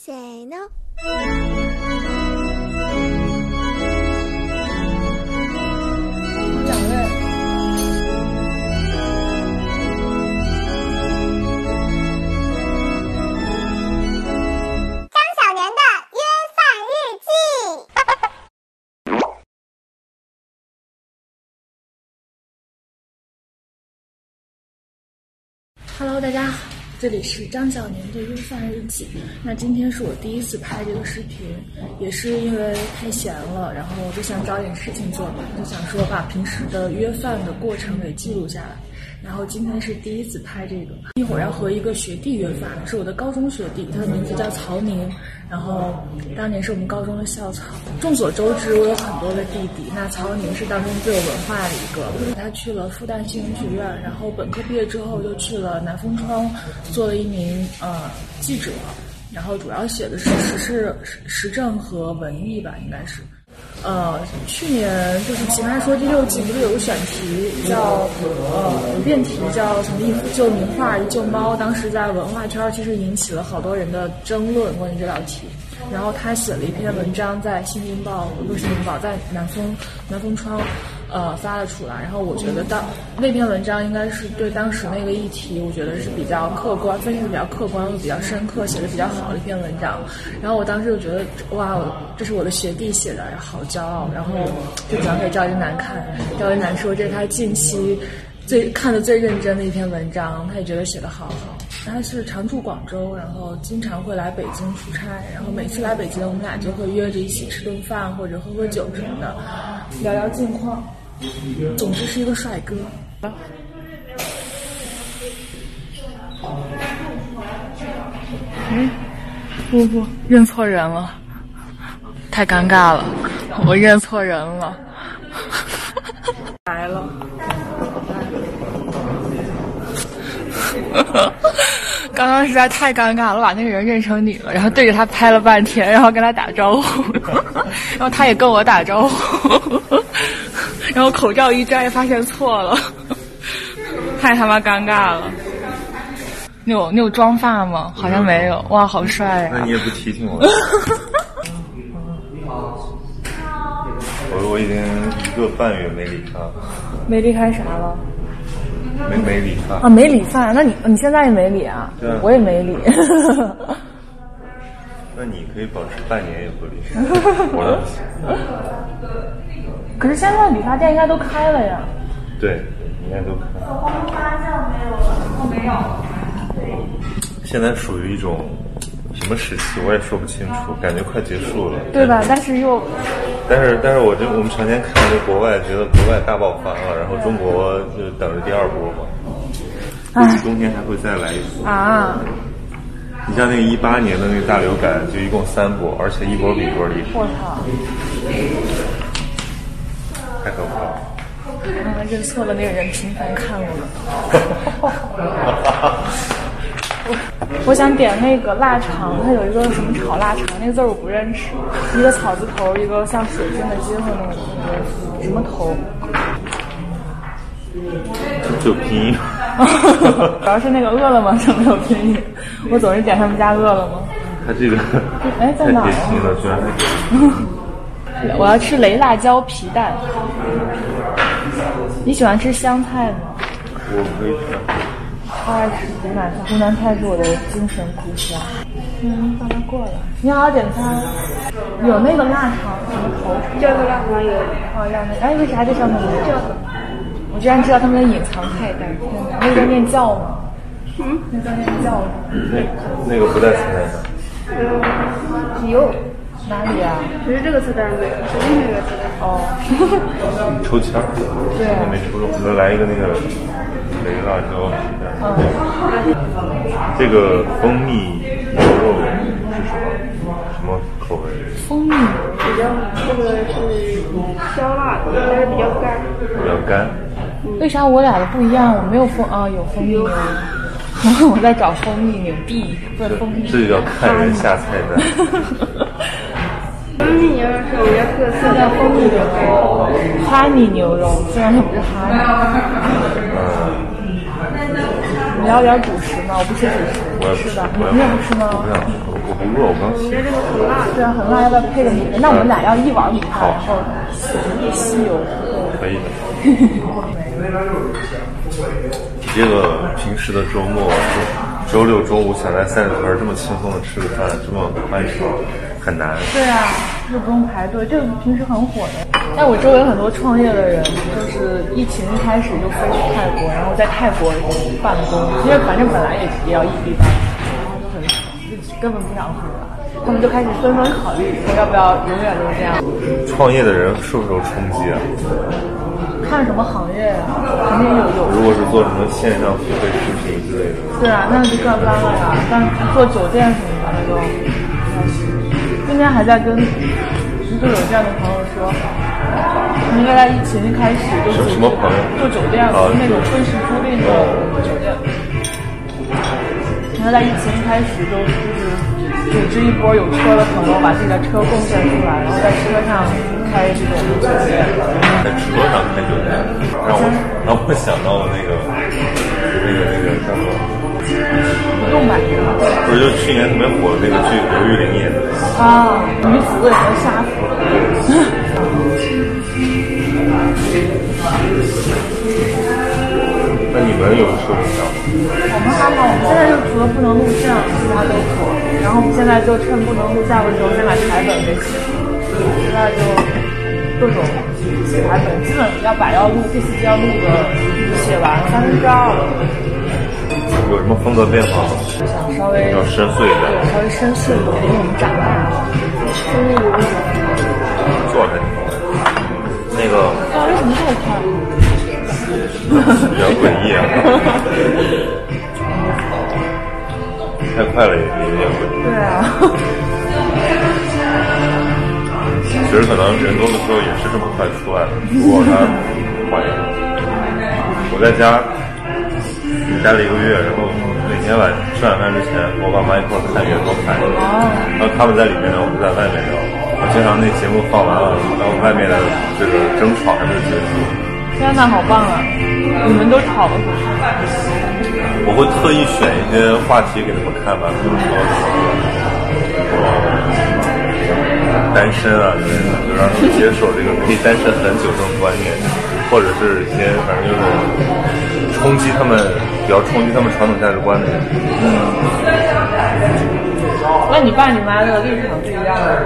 谁呢？ 掌柜。 张小年的约饭日记。 Hello， 大家好，这里是张小年的约饭日记。那今天是我第一次拍这个视频，也是因为太闲了，然后我就想找点事情做嘛，就想说把平时的约饭的过程给记录下来。然后今天是第一次拍这个，一会儿要和一个学弟约饭，是我的高中学弟，他的名字叫曹宁，然后当年是我们高中的校草。众所周知，我有很多个弟弟，那曹宁是当中最有文化的一个。他去了复旦新闻学院，然后本科毕业之后就去了南风窗做了一名记者，然后主要写的是时政和文艺吧，应该是。去年就是《奇葩说》第6季不是有个选题叫辩题叫什么一夫救名画一救猫，当时在文化圈其实引起了好多人的争论关于这道题。然后他写了一篇文章在《新京报》不是《新京报》，在南风窗发了出来。然后我觉得那篇文章应该是对当时那个议题，我觉得是比较客观，分析的比较客观，又比较深刻，写的比较好的一篇文章。然后我当时就觉得哇，这是我的学弟写的，好骄傲。然后就转给赵一楠看，赵一楠说这是他近期看的最认真的一篇文章，他也觉得写得好好。他是常驻广州，然后经常会来北京出差，然后每次来北京我们俩就会约着一起吃顿饭或者喝喝酒什么的，聊聊近况。总之是一个帅哥。不，认错人了，太尴尬了，我认错人了。来了。刚刚实在太尴尬了，我把那个人认成你了，然后对着他拍了半天，然后跟他打招呼，然后他也跟我打招呼，然后口罩一摘发现错了，太他妈尴尬了。你有妆发吗？好像没有。哇，好帅啊！ 那你也不提醒我。我已经1个半月没理发了。 没离开啥了？ 没理发啊，没理发。那你现在也没理啊？ 对啊， 我也没理。 那你可以保持半年也不理。我不行。 可是现在理发店应该都开了呀。 对，应该都开了。没有。现在属于一种什么时期，我也说不清楚，感觉快结束了， 对吧？但是我们常年看着国外，觉得国外大爆发了，然后中国就等着第二波嘛。估计冬天还会再来一波啊！ 你像那个18年的那个大流感，就一共3波，而且一波比一波厉害。 我操！ 太可怕了！ 认错了那个人频繁看我了。我想点那个腊肠，它有一个什么炒腊肠，那个字我不认识，一个草字头，一个像水晶的金和那个什么头， 就拼音。 主要是那个饿了么上面有拼音，我总是点他们家饿了么。 他这个哎，在哪儿？ 太贴心了，居然还我要吃雷辣椒皮蛋。你喜欢吃湘菜吗？ 我可以吃。 超爱吃湖南菜是我的精神故乡。让他过来。你好，点餐。有那个腊肠什么头？ 这个腊肠有。 要那个。哎，为啥这上面没有？我居然知道他们的隐藏菜单。天哪，那个在念教吗？那在念教吗？ 那个不在菜单上。 有。 哪里啊？ 只是这个菜单没有，是另一个菜单。 哦。 抽签儿。 对。 我没抽中，我来一个那个雷辣椒皮蛋。这个蜂蜜牛肉是什么口味？ 蜂蜜这个是香辣的，但是比较干。 比较干。 为啥我俩的不一样？我没有有蜂蜜牛。然后我在找蜂蜜牛逼，不是蜂蜜。 这就叫看人下菜单。 蜂蜜牛肉是我们家特色，叫蜂蜜牛肉。 哈尼牛肉，虽然它不是哈尼。你要点主食吗？我不吃主食， 我是吧？你也不吃吗？ 我不想吃，我不饿，我刚洗。 这个很辣， 对啊，很辣，要不要配个米饭？那我们俩要一碗米饭， 好然后吸油。 可以的。这个平时的周末，周六中午想在三里屯这么轻松的吃个饭，这么欢喜，很难。 对啊，又不用排队，这个平时很火的。但我周围有很多创业的人，就是疫情一开始就飞去泰国，然后在泰国办公，因为反正本来也要异地办公，然后就很爽，就根本不想回来。他们就开始纷纷考虑说要不要永远都这样。 创业的人受不受冲击啊？ 看什么行业呀、肯定有。 如果是做什么线上付费视频之类的， 对啊，那就赚翻了呀。但是做酒店什么的那就，今天还在跟一个酒店的朋友说，应该在疫情一开始就什么朋友？ 做酒店的，那种分时租赁的酒店。然后在疫情一开始就是组织一波有车的朋友，把自己的车贡献出来，然后在车上开这种酒店。 在车上开酒店，让我想到了那个叫做不动版的。 不是就去年特别火的那个剧，刘玉玲演的啊，女子为何杀死？ 那你们有受影响吗？ 我们还好，我们现在就除了不能录像，其他都做。然后我们现在就趁不能录像的时候，先把台本给写。现在就各种写台本，基本要录第4季要录的写完2/3了。 有什么风格变化吗？ 想稍微要深邃一点， 对，稍微深邃一点，因为我们长大了。 做还挺好的。那个为什么这么快？ 比较诡异啊，太快了也有点诡异。 对啊。 其实可能人多的时候也是这么快出来的，不过他快一点。我在家待了1个月，然后每天吃晚饭之前，我爸妈一块看圆桌派，然后他们在里面呢，我们在外面聊。我经常那节目放完了，然后外面的这个争吵还没有结束。 天哪，好棒啊！你们都吵了什么？ 我会特意选一些话题给他们看吧，比如说单身啊之类的，就让他们接受这个可以单身很久这种观念，或者是一些反正就是比较冲击他们传统价值观的人。 那你爸你妈的立场不一样啊？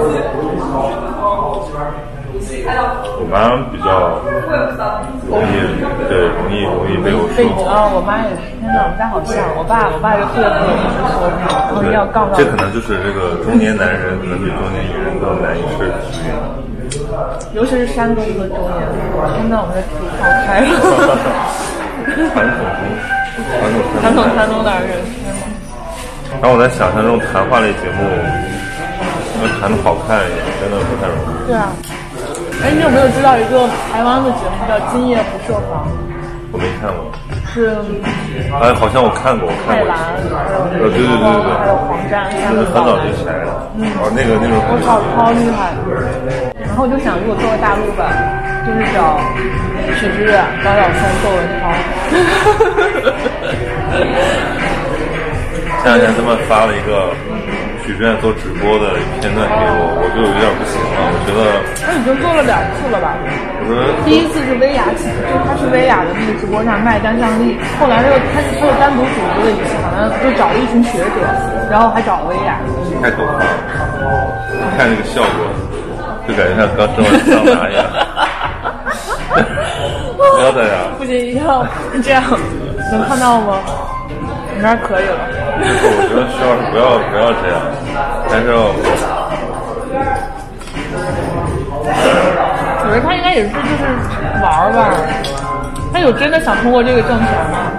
我妈比较容易被我说服。 我妈也是。天哪，我们家好像，我爸就特别不容易说服，然后一定要杠到。 这可能就是这个中年男人可能比中年女人更难以说服。 尤其是山东的中年，现在我们的土跑开了。传统山东男人。 然后我在想象这种谈话类节目，要谈的好看一点，真的不太容易。 对啊。哎，你有没有知道一个台湾的节目叫《今夜不设防》？ 我没看过。 是。 哎，好像我看过。 蔡澜， 对， 还有黄沾， 那是很早之前的。那种。 我操，超厉害！然后我就想，如果做个大陆版，就是找许知远、高晓松、窦文涛。 前2天他们发了一个许知远做直播的片段给我，我就有点不行了。我觉得他已经做了2次了吧？第一次是薇娅请，就他去薇娅的那个直播上卖单向力，后来他又单独组织了一次，好像就找了一群学者，然后还找了薇娅。 太可怕了！看这个效果，就感觉像刚蒸完桑拿一样。不要这样！ 不行，一定要这样，能看到吗？你那可以了。 我觉得需要不要这样，但是我觉得他应该也是就是玩吧，他有真的想通过这个挣钱吗？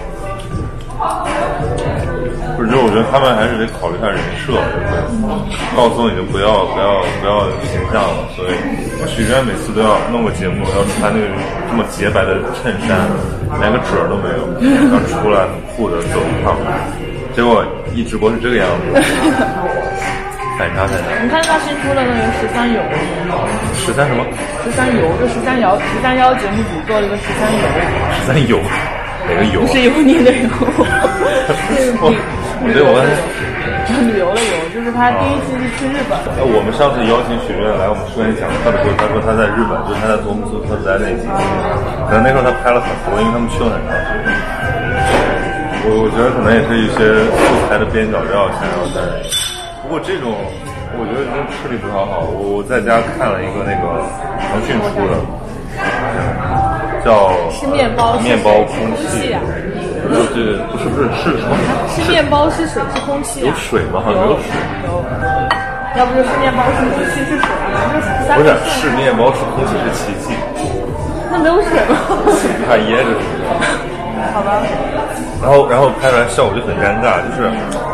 不是，就我觉得他们还是得考虑一下人设，告诉你就不要形象了。所以许知远每次都要弄个节目，要穿那个这么洁白的衬衫，连个褶都没有，然后出来很酷的走一趟，结果一直播是这个样子，反差太大。 你看他新出的那个13游 ，13什么 ？13游，就13幺节目组做了一个13游。 哪个油？ 不是油腻的油。 我旅游的游，就是他第一期是去日本。 我们上次邀请许愿来我们书院讲课的时候，他说他在日本，就是他在多姆斯特在那几期，可能那时候他拍了很多，因为他们去了很长时间。我觉得可能也是一些素材的边角料想要在，不过这种我觉得真吃力不讨好。我在家看了一个那个腾讯出的，叫是面包空气啊。对，不是是什么？ 是面包是水是空气啊？ 有水吗？好像有水。 要不就是面包是空气是水啊？ 不是是面包是空气是奇迹。 那没有水吗？ 你看噎着是不是？ 好吧。 然后拍出来效果就很尴尬，就是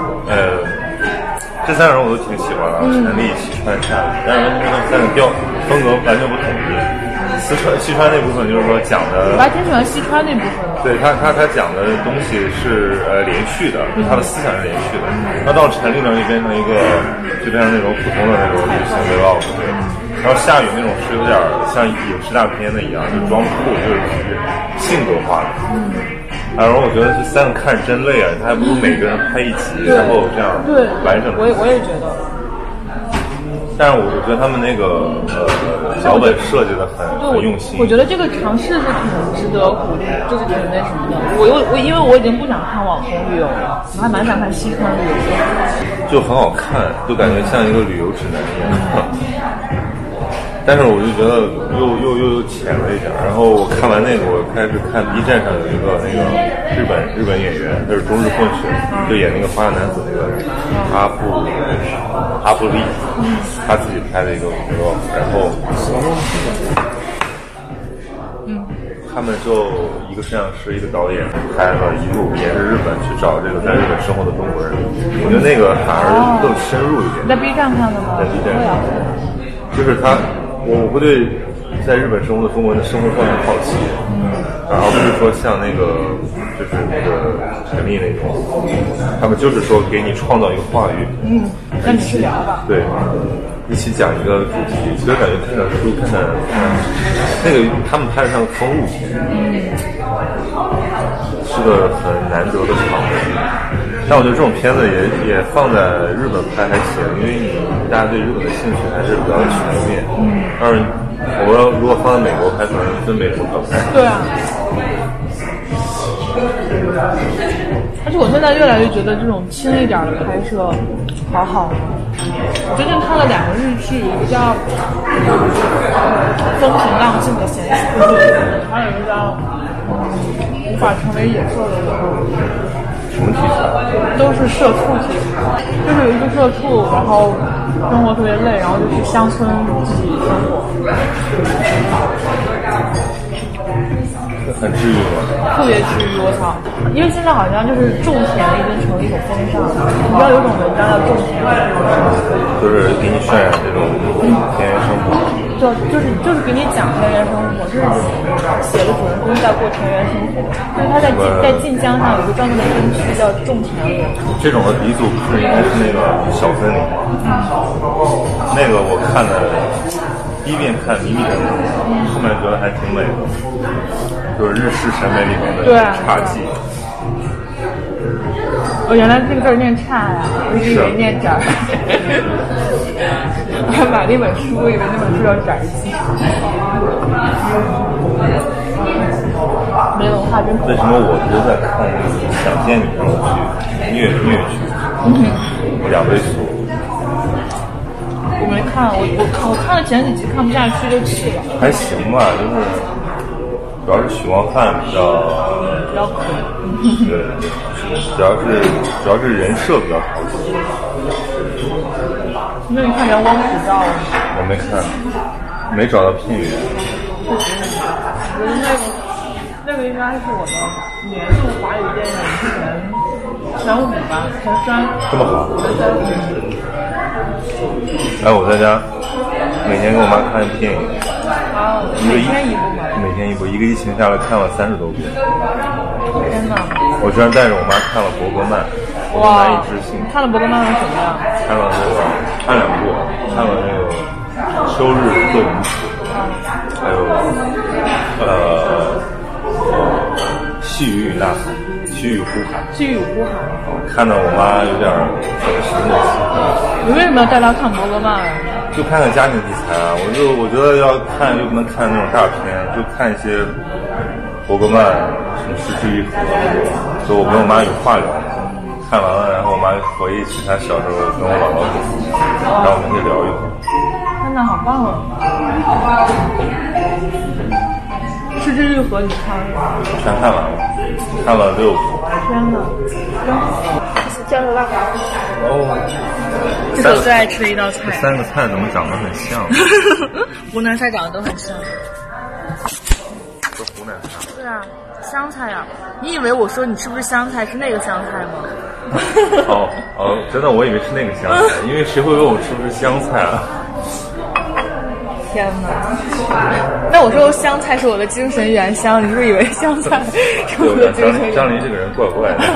这三个人我都挺喜欢的，陈立、西川、夏雨，但是他们三个风格完全不统一。西川那部分就是说讲的， 我还挺喜欢西川那部分的。对他讲的东西是连续的，就他的思想是连续的。那到陈立那就变成一个，就变成那种普通的那种旅行 vlog，对。然后夏雨那种是有点像影视大片的一样，就装酷，就是性格化的。然后我觉得这三个看着真累啊，他还不如每个人拍一集，然后这样完整的。 我也觉得。 但是我觉得他们那个脚本设计的很用心。 我觉得这个尝试是挺值得鼓励，就是挺那什么的。我因为我已经不想看网红旅游了，我还蛮想看西川旅游的。 就很好看，就感觉像一个旅游指南一样。但是我就觉得又浅了一点。然后我看完那个，我开始看 B 站上有一个那个日本演员，他是中日混血，就演那个花样男子那个阿布利，他自己拍的一个 vlog， 然后他们就一个摄像师一个导演拍了一路沿着日本去找这个在日本生活的中国人，我觉得那个反而更深入一点。 在 B 站看的吗？ 在 B 站上，就是他。我会对在日本生活的中国人的生活状态好奇，然后不是说像那个就是那个陈立那种，他们就是说给你创造一个话语， 那你去聊吧。 对，一起讲一个主题，所以感觉看着书看那个他们拍的像风物，是个很难得的场面。但我觉得这种片子也放在日本拍还行，因为大家对日本的兴趣还是比较全面。但是我如果放在美国拍，可能分美国可拍。 对啊。而且我现在越来越觉得这种轻一点的拍摄好好。我最近看了2个日剧，一个叫《风平浪静的闲适》，还有一个叫无法成为野兽的我。 什么题材？ 都是社畜题材，就是有一个社畜，然后生活特别累，然后就去乡村自己生活。 很治愈吗？ 特别治愈，我操！因为现在好像就是种田已经成了一种风尚，你知道有种文章叫种田， 就是给你渲染这种田园生活。 就是给你讲田园生活，就是写的主人公在过田园生活，就是他在晋江上有一个专门的分区叫种田里。 这种的鼻祖不是应该是那个小森林吗？那个我看的第一遍看迷迷瞪瞪，后面觉得还挺美的，就是日式审美里面的侘寂。 我原来这个字念差呀，我一直以为念宅。我还买了一本书，以为那本书叫《宅记》。没文化真可怕。 为什么我都在看那个《想见你》这种剧，虐剧？我2倍速。 我没看，我看了前几集看不下去就弃了。 还行吧，就是主要是许光汉比较可对，主要是人设比较讨喜。 那你看《阳光普照》了？ 我没看，没找到片源。 我觉得那个应该是我的年度华语电影前5吧，前3。 这么好？哎，我在家每天跟我妈看一部电影。 啊，每天一部吗？ 每天一部，一个疫情下来看了30多部。 天哪！ 我居然带着我妈看了《伯格曼》，我都难以置信。 看了《伯格曼》是什么呀？ 看了这个，看2部，看了那个《秋日作舞曲》，还有细雨与呐喊，细雨呼喊， 细雨呼喊。 看得我妈有点很是怒气。 你为什么要带她看伯格曼啊？ 就看看家庭题材啊，我觉得要看又不能看那种大片，就看一些伯格曼什么失之愈合，所以我跟我妈有话聊。看完了，然后我妈回忆起她小时候跟我姥姥说，然后我们就聊一会儿。 真的好棒啊！失之愈合你看了？ 全看完了，看了6部。 天哪！ 酱肉辣条。 哦， 这是我最爱吃的一道菜。 这3个菜怎么长得很像？ 湖南菜长得都很像。 都湖南菜。 对啊，香菜呀！你以为我说你是不是香菜是那个香菜吗？ 哦，真的，我以为是那个香菜，因为谁会问我是不是香菜啊？ 天哪！那我说香菜是我的精神原香，你是不是以为香菜是我的精神原香？ 张琳这个人怪怪的。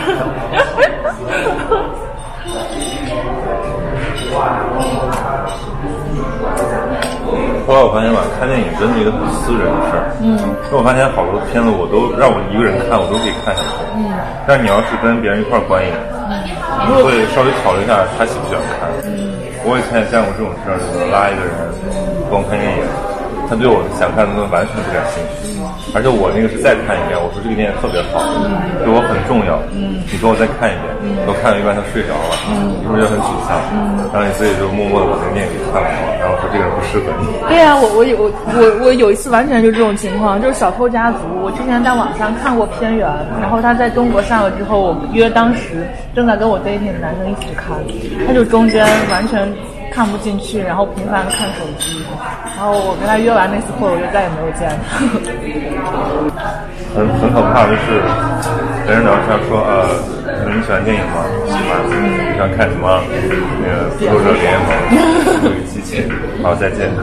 后来我发现吧，看电影真是一个很私人的事儿。因为我发现好多片子我都让我一个人看，我都可以看下去。但是你要是跟别人一块儿观影，你会稍微考虑一下他喜不喜欢看。我以前也干过这种事儿，就是拉一个人跟我看电影，他对我想看的东西完全不感兴趣，而且我那个是再看一遍，我说这个电影特别好，对我很重要，你跟我再看一遍，我看了一半他睡着了，是不是就很沮丧？然后你自己就默默的把那个电影给看完了，然后说这个人不适合你。 对啊，我有一次完全就这种情况，就是《小偷家族》，我之前在网上看过片源，然后他在中国上了之后，我约当时正在跟我 dating 的男生一起看，他就中间完全看不进去，然后频繁的看手机，然后我跟他约完那次会，我就再也没有见他。 很可怕的是，别人聊天说你喜欢电影吗？喜欢。你想看什么？那个复仇者联盟，这个机器，好，再见。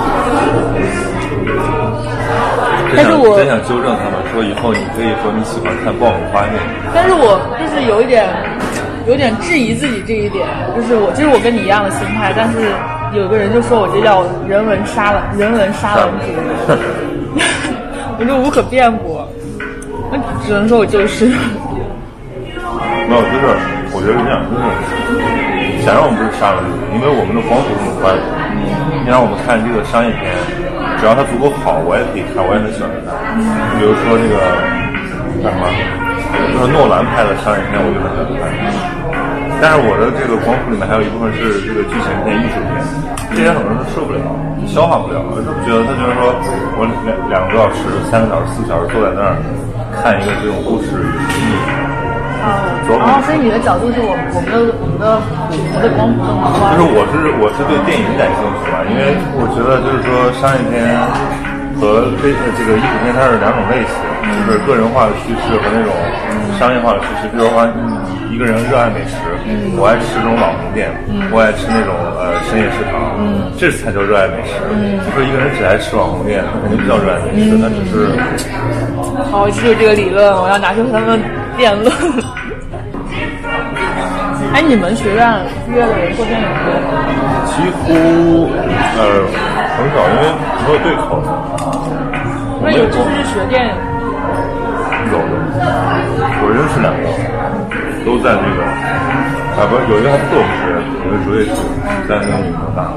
但是我真想纠正他们，说以后你可以说你喜欢看爆米花电影。 但是我就是有点质疑自己这一点，就是其实我跟你一样的心态，但是有个人就说我这叫人文沙文主义，我就无可辩驳，我只能说我就是。 没有，就是我觉得是这样，就是想让我们不是沙文主义，因为我们的光谱这么宽，你让我们看这个商业片，只要它足够好，我也可以看，我也很喜欢看。比如说那个叫什么，就是诺兰拍的商业片，我就很喜欢看。但是我的这个光谱里面还有一部分是这个剧情片、艺术片，这些很多人都受不了，消化不了，他不觉得，他觉得说我2个多小时、3个小时、4小时坐在那儿看一个这种故事意义。 所以你的角度是我们的光谱这么宽。 就是我是对电影感兴趣嘛，因为我觉得就是说商业片和这个艺术片它是2种类型，就是个人化的叙事和那种商业化的叙事。比如说一个人热爱美食，我爱吃这种网红店，我爱吃那种深夜食堂，这才叫热爱美食。就说一个人只爱吃网红店，他肯定不叫热爱美食，他只是。 好，我记住这个理论，我要拿出他们辩论。哎，你们学院约的人做电影多吗？ 几乎很少，因为没有对口。 那有就是学电影？ 有，我认识2个，都在那个不是有一个还不是我们学院，有一个卓越系，在那个女生大。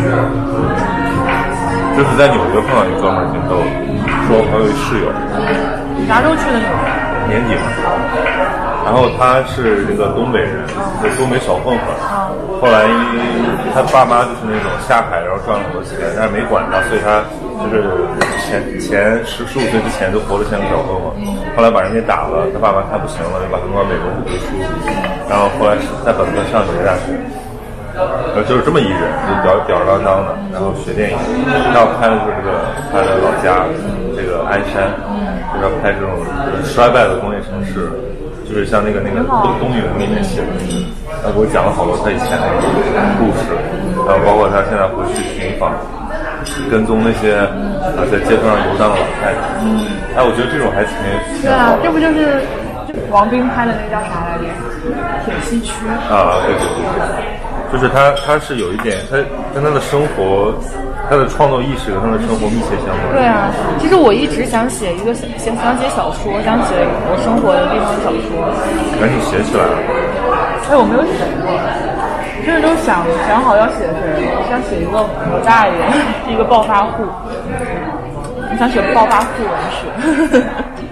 就是在纽约碰到一哥们儿挺逗的，说我有一室友。 啥时候去的纽约？ 年底嘛。然后他是这个东北人，是东北小混混。后来他爸妈就是那种下海，然后赚了很多钱，但是没管他，所以他就是前15岁之前就活得像个小混混。后来把人家打了，他爸妈看不行了，就把他弄到美国读书。然后后来在本科上纽约大学。就是这么一人，就吊儿郎当的，然后学电影。然后拍的就是他的老家这个鞍山，就是要拍这种衰败的工业城市。就是像那个东影里面写的，他给我讲了好多他以前的故事，然后包括他现在回去寻访，跟踪那些在街头上游荡的老太太。我觉得这种还挺对啊，这不就是王斌拍的那叫啥来着？铁西区啊，对。 就是他是有一点，他跟他的生活，他的创作意识跟他的生活密切相关。 对啊，其实我一直想写一个想写小说，想写我生活的地方小说。 赶紧写起来了。 哎，我没有写过，就是都想好要写谁，想写一个我大爷，一个暴发户，我想写暴发户文学。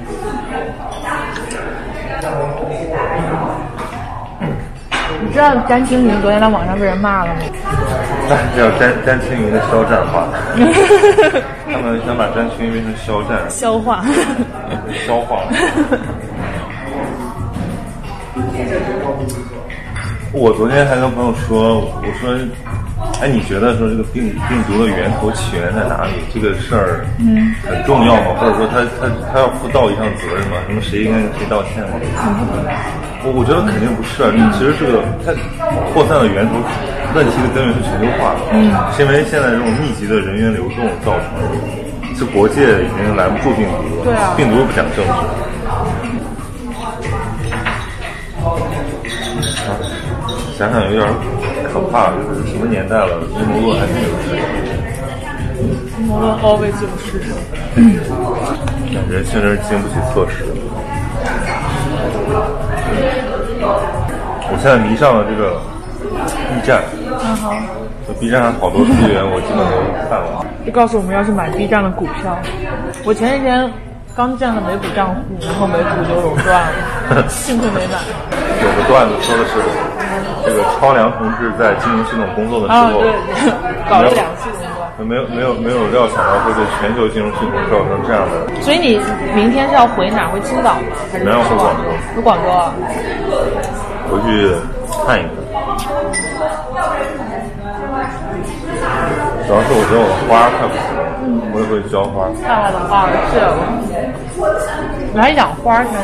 你知道詹青云昨天在网上被人骂了吗？ 那叫詹青云的肖战化，他们想把詹青云变成肖战， 消化， 消化。我昨天还跟朋友说，我说，哎，你觉得说这个病毒的源头起源在哪里？这个事儿，很重要吗？或者说他要负道义上责任吗？什么谁应该跟谁道歉吗？我觉得肯定不是。其实这个它扩散的源头问题的根源是全球化，是因为现在这种密集的人员流动造成的，是国界已经拦不住病毒了。 对啊， 病毒又不讲政治。想想有点可怕，就是什么年代了，阴谋论还是有事。 阴谋论 always 有事实。 人性真是经不起测试。我现在迷上了这个 B 站。 好。 B 站上好多资源我基本都看了。 就告诉我们要去买 B 站的股票。我前几天刚建了美股账户，然后美股就熔断了，幸亏没买。 有个段子说的是，这个超良同志在金融系统工作的时候， 对，搞了2次熔断， 没有料想到会对全球金融系统造成这样的。 所以你明天是要回哪？回青岛吗？还是没有回广州？ 回广州啊？ 回去看一看。主要是我觉得我的花快不行了，我也会浇花。 大大的花是，你还养花呢？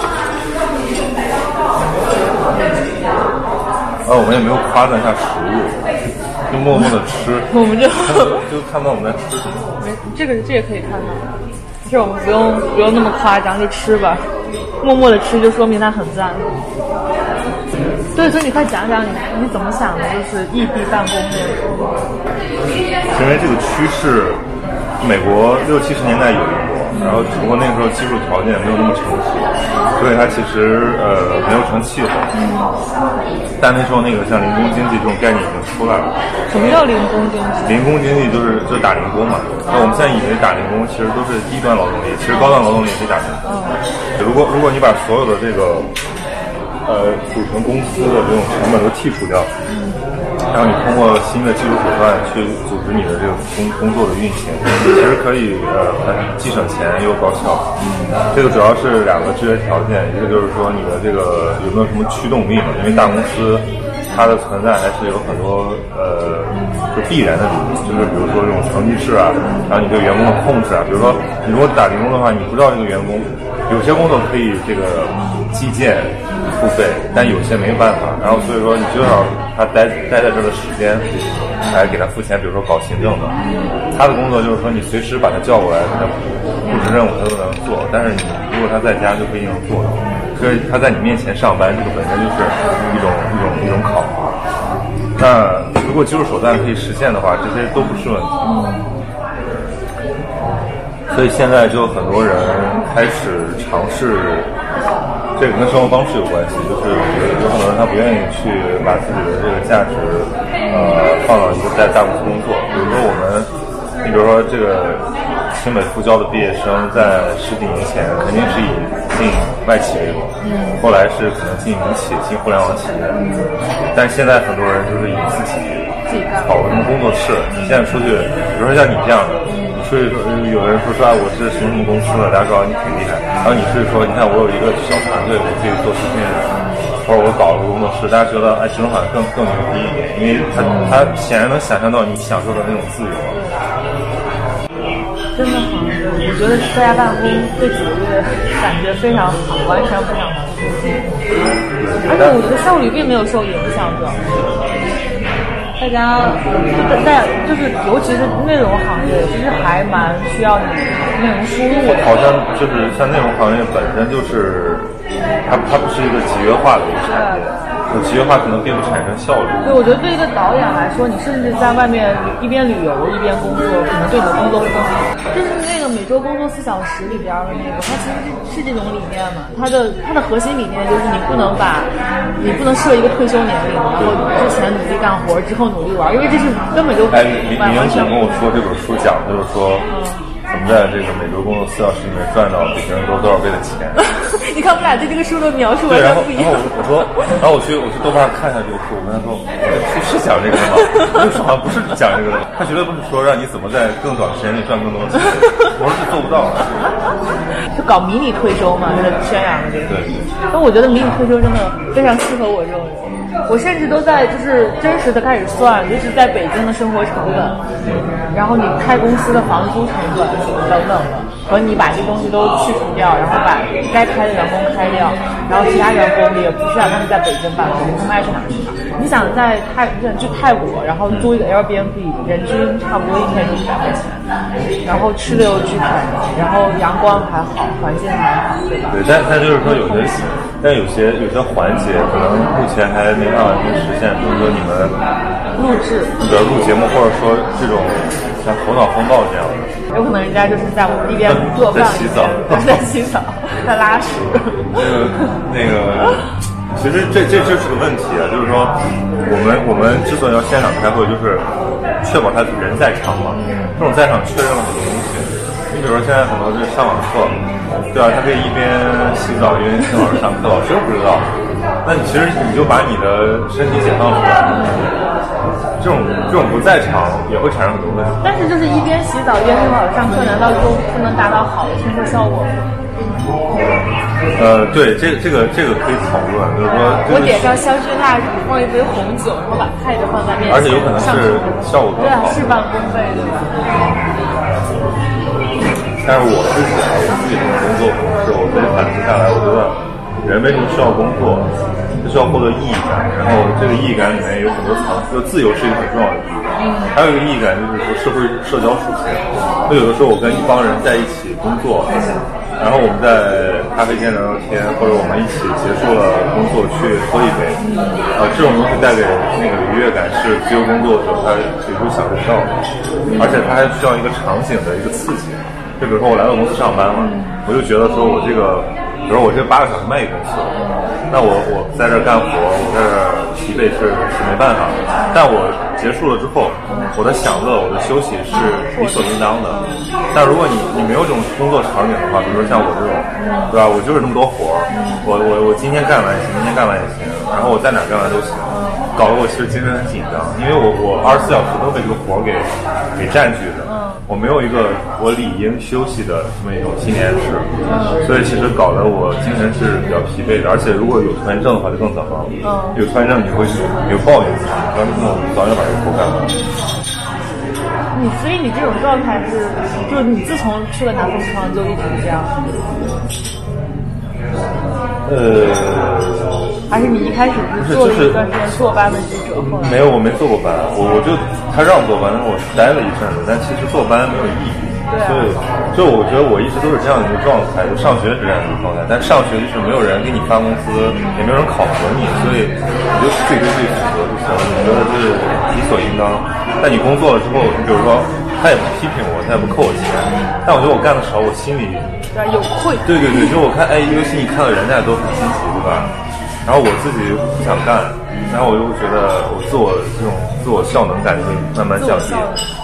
我们也没有夸赞一下食物，就默默的吃。 我们就看到我们在吃什么。 这也可以看到，这我们不用那么夸张，就吃吧。默默的吃就说明它很赞。对，所以你快讲讲你怎么想的，就是异地办公这个事。 因为这个趋势，美国60、70年代有一波，然后只不过那个时候技术条件没有那么成熟，所以它其实没有成气候。但那时候那个像零工经济这种概念已经出来了。 什么叫零工经济？ 零工经济就是打零工嘛。那我们现在以为打零工其实都是低端劳动力，其实高端劳动力也可以打零工。如果你把所有的这个组成公司的这种成本都剔除掉，然后你通过新的技术手段去组织你的这个工作的运行，其实可以既省钱又高效。这个主要是2个制约条件，一个就是说你的这个有没有什么驱动力嘛？因为大公司它的存在还是有很多就必然的理由，就是比如说这种层级制啊，然后你对员工的控制啊，比如说你如果打零工的话，你不知道这个员工有些工作可以这个计件付费，但有些没办法，然后所以说你至少他待在这的时间来给他付钱，比如说搞行政的，他的工作就是说你随时把他叫过来，他布置任务他都能做，但是你如果他在家就不一定能做到，所以他在你面前上班，这个本身就是一种考核。那如果技术手段可以实现的话，这些都不是问题。所以现在就很多人开始尝试，这个跟生活方式有关系，就是有很多人他不愿意去把自己的这个价值放到一个在大公司工作。比如说你比如说这个清北复交的毕业生，在10几年前肯定是以进外企为主，后来是可能进民企、进互联网企业，但现在很多人就是以自己搞个什么工作室。你现在出去，比如说像你这样的。所以说，有人说我是什么公司的，大家告诉你挺厉害。然后你是说，你看我有一个小团队，我可以做视频人，或者我搞了个工作室，大家觉得这种好像更牛逼一点，因为他显然能想象到你享受的那种自由。 真的好，我觉得在家办公对几个月感觉非常好，完全不想出去，而且我觉得效率并没有受影响，主要是。大家就是尤其是内容行业，其实还蛮需要你内容输入的。 好像就是像内容行业本身就是，它不是一个集约化的一个产业， 集约化可能并不产生效率。 对，我觉得对一个导演来说，你甚至在外面一边旅游一边工作，可能对你的工作会更好。就是那个每周工作4小时里边的那个，它其实是这种理念嘛。它的核心理念就是你不能设一个退休年龄，然后之前努力干活，之后努力玩，因为这是根本就李英祖跟我说这本书讲的就是说。怎么在这个每周工作4小时里面赚到比别人多少倍的钱？ 你看我们俩对这个书的描述完全不一样。 然后我去豆瓣看一下这个书，我跟他说，这书是讲这个的吗？这个书好像不是讲这个的，他绝对不是说让你怎么在更短的时间内赚更多的钱。我说是做不到的。 就搞迷你退休嘛，他宣扬的这个。 对。 但我觉得迷你退休真的非常适合我这种人。我甚至都在就是真实的开始算，就是在北京的生活成本，然后你开公司的房租成本等等的，和你把这东西都去除掉，然后把该开的员工开掉，然后其他员工也不需要他们在北京办公，他们爱去哪儿去哪儿。你想去泰国，然后租一个 Airbnb， 人均差不多一天就100块钱，然后吃的又巨便宜，然后阳光还好，环境还好，对吧？ 对，但就是说有些环节可能目前还没办法实现，比如说你们录制， 录节目，或者说这种像头脑风暴这样的， 有可能人家就是在我们一边做饭，在洗澡，在拉屎。 那个，其实这是个问题啊，就是说我们之所以要现场开会，就是确保他人在场嘛。这种在场确认了很多东西。你比如说现在很多就是上网课，对吧？他可以一边洗澡一边听老师上课，老师又不知道。那你其实你就把你的身体解放出来，这种不在场也会产生很多问题。 但是就是一边洗澡一边听老师上课，难道就不能达到好的听课效果吗？ 对，这个可以讨论，就是说， 我点上香薰蜡烛，放一杯红酒，然后把派着放在面前， 而且有可能是效果更好， 对，事半功倍，对吧？ 但是我自己这种工作模式，我自己反思下来，我觉得人为什么需要工作，就需要获得意义感，然后这个意义感里面有很多层次，自由是一个很重要的意义感，还有一个意义感就是说社会社交属性。就有的时候我跟一帮人在一起工作，然后我们在咖啡店聊聊天，或者我们一起结束了工作去喝一杯，这种东西带给那个愉悦感是自由工作者他其实享受不到的，而且他还需要一个场景的一个刺激。就比如说我来到公司上班了，我就觉得说我这个，比如说我这8个小时卖给公司，那我在这干活，我在这疲惫是没办法的。但我结束了之后，我的享乐，我的休息是理所应当的。但如果你没有这种工作场景的话，比如说像我这种，对吧？我就是这么多活，我今天干完也行，明天干完也行，然后我在哪干完都行，搞得我其实精神很紧张，因为我24小时都被这个活给占据着。我没有一个我理应休息的这么一种心理暗示，所以其实搞得我精神是比较疲惫的，而且如果有拖延症的话就更糟糕。有拖延症你会有抱怨自己，为什么我早点把这个活干完？ 所以你这种状态是，就是你自从去了南风窗就一直这样。还是你一开始是做了一段时间坐班的记者？ 没有，我没做过班，我就他让做班，但是我待了一阵子，但其实做班没有意义。所以我觉得我一直都是这样的一个状态，就上学是这样的一个状态，但上学就是没有人给你发工资，也没有人考核你，所以你就自己对自己负责就行了。你觉得这是理所应当。但你工作了之后，你比如说他也不批评我，他也不扣我钱，但我觉得我干的少，我心里有愧。 对，就我看，游戏你看到人家都很积极，对吧？然后我自己不想干，然后我就觉得我这种自我效能感就会慢慢降低。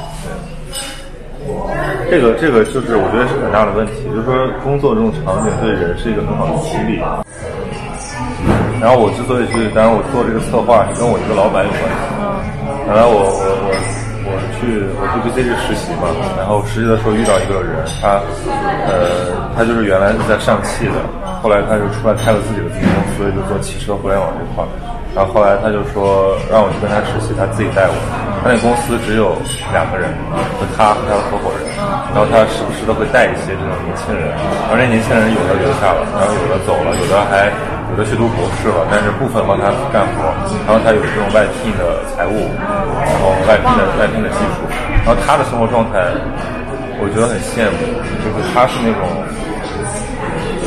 对，这个就是我觉得是很大的问题，就是说工作这种场景对人是一个很好的激励。然后我之所以当然我做这个策划是跟我一个老板有关系。原来我去 BBC 实习嘛，然后实习的时候遇到一个人，他就是原来是在上汽的，后来他就出来开了自己的自己公司，就做汽车互联网这块。然后后来他就说让我去跟他实习，他自己带我。他那公司只有2个人，就他和他的合伙人。然后他时不时的会带一些这种年轻人，而这年轻人有的留下了，然后有的走了，有的去读博士了，但是部分帮他干活。然后他有这种外聘的财务，然后外聘的技术。然后他的生活状态，我觉得很羡慕，就是他是那种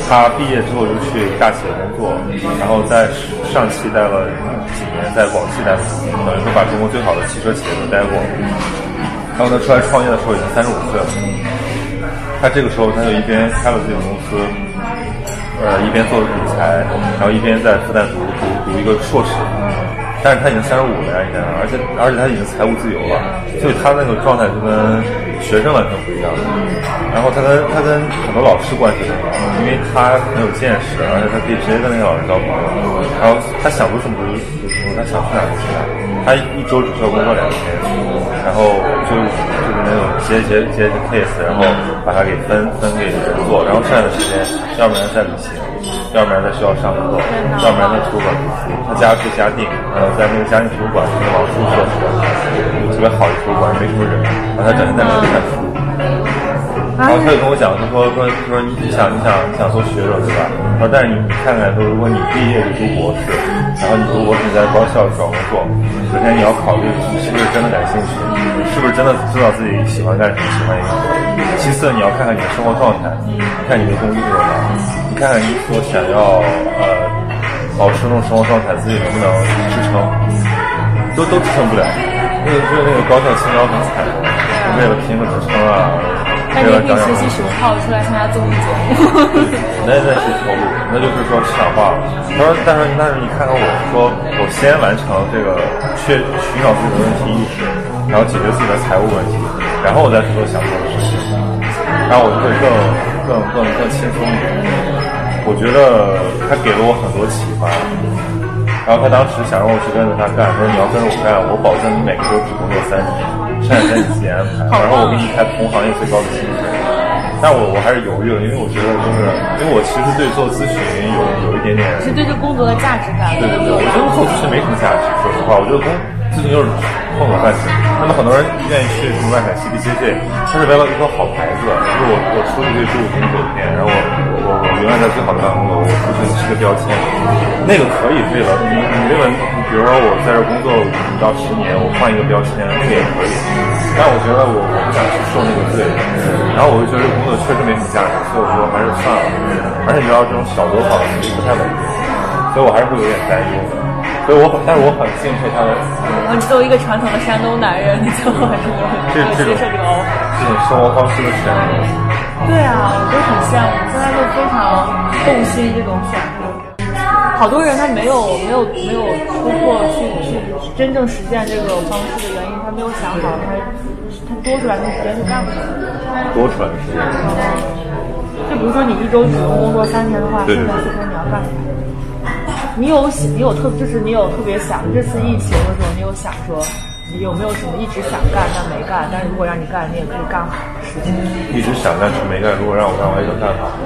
他毕业之后就去大企业工作，然后在上汽待了几年，在广汽待了几年，等于说把中国最好的汽车企业都待过。然后他出来创业的时候已经35岁了，他这个时候他就一边开了自己的公司，一边做理财，然后一边在复旦读一个硕士。但是他已经35了呀，已经，而且他已经财务自由了，所以他那个状态就跟学生完全不一样。然后他跟很多老师关系很好，因为他很有见识，而且他可以直接跟那个老师交朋友。然后他想做什么就什么，他想去哪就去哪。他一周只需要工作2天，然后就是那种接 case， 然后把它给分给人做，然后剩下的时间，要不然在旅行，要不然在学校上课，要不然在图书馆读书。他家住嘉定，在那个嘉定图书馆那个王叔社，特别好的图书馆，没什么人，然后他整天在那里看书。然后他就跟我讲，他说你想做学者对吧？然后但是你看看，说如果你毕业就读博士，然后你读博士你在高校找工作，首先你要考虑你是不是真的感兴趣，是不是真的知道自己喜欢干什么，喜欢一个什么。其次你要看看你的生活状态，看你的工资多少，你看看你所想要保持那种生活状态，自己能不能支撑，都支撑不了。那个高校青椒很惨，为了拼个职称啊。 那你可以学习熊浩出来参加综艺节目。 那是错误，那就是说市场化了。他说，但是你看看我说，我先完成这个寻找自己的问题意识，然后解决自己的财务问题，然后我再去做想做的事情，然后我就会更轻松一点。我觉得他给了我很多启发。然后他当时想让我去跟着他干，他说你要跟着我干，我保证你每个周只工作3天，剩下3天你自己安排，然后我给你开同行业最高的薪水。但我还是犹豫了，因为我觉得因为我其实对做咨询有一点点， 是对这工作的价值感。 对，我觉得做咨询没什么价值，说实话，我觉得咨询就是混口饭吃。那么很多人愿意去什么麦凯锡、BCG，他是为了一个好牌子，就是我出去对15天9天，然后我永远在最好的办公楼，我出去是个标签，那个可以对了。你这个，比如说我在这工作5到10年，我换一个标签，那个也可以。但我觉得我不想去受那个罪，然后我就觉得这个工作确实没什么价值，所以我说还是算了。而且你知道这种小作坊其实不太稳定，所以我还是会有点担忧的。但是我很敬佩他的。 你作为一个传统的山东男人，你最后还是没有接受这个 offer。 这种生活方式的选择。 对啊，我就很羡慕，现在就非常动心这种选择。好多人他没有突破去真正实践这个方式的原因，他没有想好他多出来的时间去干什么。 多出来的时间。 就比如说你一周只能工作3天的话，剩下4天你要干什么？你有特别想这次疫情的时候，你有想说你有没有什么一直想干但没干，但是如果让你干，你也可以干好的事情。 一直想干却没干，如果让我干，我也能干好。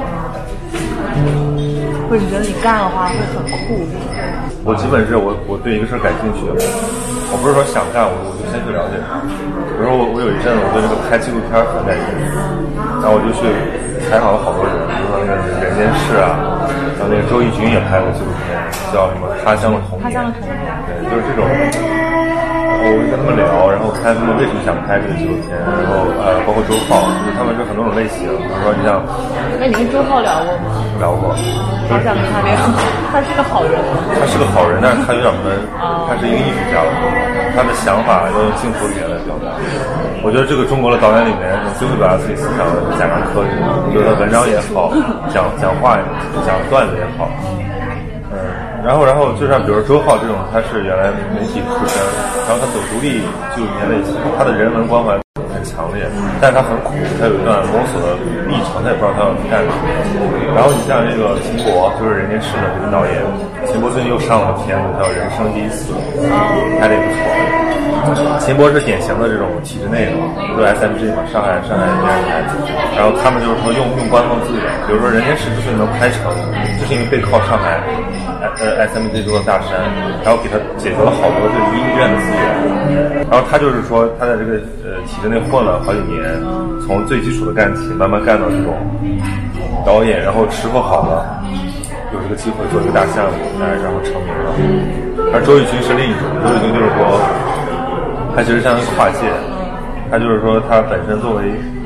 或者你觉得你干的话会很酷？ 我基本是我对一个事儿感兴趣，我不是说想干，我就先去了解它。比如说我有一阵子我对这个拍纪录片很感兴趣，然后我就去采访了好多人，比如说那个人间世啊，然后那个周轶君也拍过纪录片，叫什么《他乡的童年》。对，就是这种。我就跟他们聊，然后看他们为什么想拍这个纪录片，然后包括周浩，就是他们是很多种类型。比如说你像， 那你跟周浩聊过吗？ 聊过。 好想跟他聊。他是个好人。 他是个好人，但是他有点闷。他是一个艺术家，他的想法要用净土语言来表达。我觉得这个中国的导演里面，最会表达自己思想的是贾樟柯这个，我觉得文章也好，讲话讲段子也好。然后就像比如周浩这种，他是原来媒体出身，然后他走独立纪录片类型，他的人文关怀很强烈，但是他很苦，他有一段摸索的历程，他也不知道他要干什么。然后你像这个秦博，就是人间世的这个导演，秦博最近又上了个片子叫《人生第一次》，拍的也不错。秦博是典型的这种体制内的，就 SMG 嘛，上海电视台，然后他们就是说用官方资源，比如说人间世之所以能拍成，就是因为背靠上海SMG 这座大山，然后给他解决了好多这个医院的资源，然后他就是说他在这个体制内混了好几年，从最基础的干体慢慢干到这种导演，然后吃喝好了，有这个机会做一个大项目，然后成名了。而周轶君是另一种，周轶君就是说他其实相当于跨界，他就是说他本身作为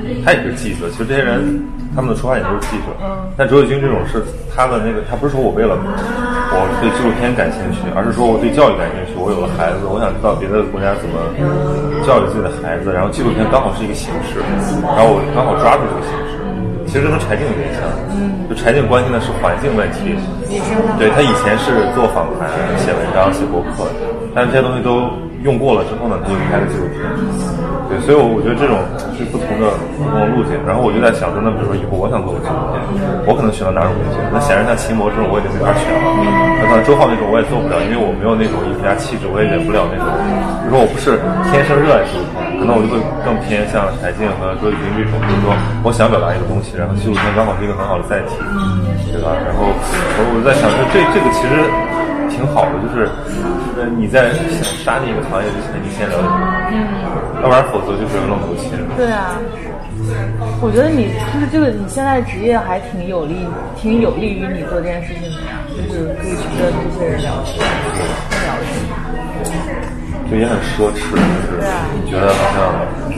他也是记者。其实这些人他们的出发点都是记者，但卓伟军这种是他的那个，他不是说我为了我对纪录片感兴趣，而是说我对教育感兴趣。我有了孩子，我想知道别的国家怎么教育自己的孩子，然后纪录片刚好是一个形式，然后我刚好抓住这个形式。其实跟柴静有点像，就柴静关心的是环境问题。对，他以前是做访谈、写文章、写博客，但是这些东西都用过了之后呢，他就拍了纪录片。对，所以我觉得这种是不同的路径。然后我就在想，那比如说以后我想做个纪录片，我可能选择哪种路径？那显然像秦魔这种我已经没法选了，那可能周浩那种我也做不了，因为我没有那种艺术家气质，我也演不了那种。比如说我不是天生热爱纪录片，可能我就会更偏向柴静和周轶君这种，就是说我想表达一个东西，然后纪录片刚好是一个很好的载体，对吧？然后我在想，这个其实挺好的，就是你在想杀进一个行业之前，你先了解这个行业，要不然否则就是愣头青。 对啊，我觉得你就是这个，你现在的职业还挺有利于你做这件事情的呀，就是可以去跟这些人聊天，聊天。 就也很奢侈，就是你觉得好像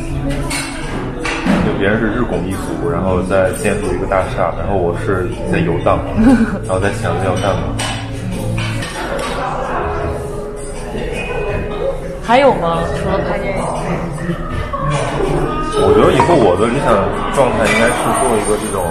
就别人是日拱一卒，然后在建筑一个大厦，然后我是在游荡，然后在想着要干嘛。 还有吗？除了拍电影？ 我觉得以后我的理想状态应该是做一个这种，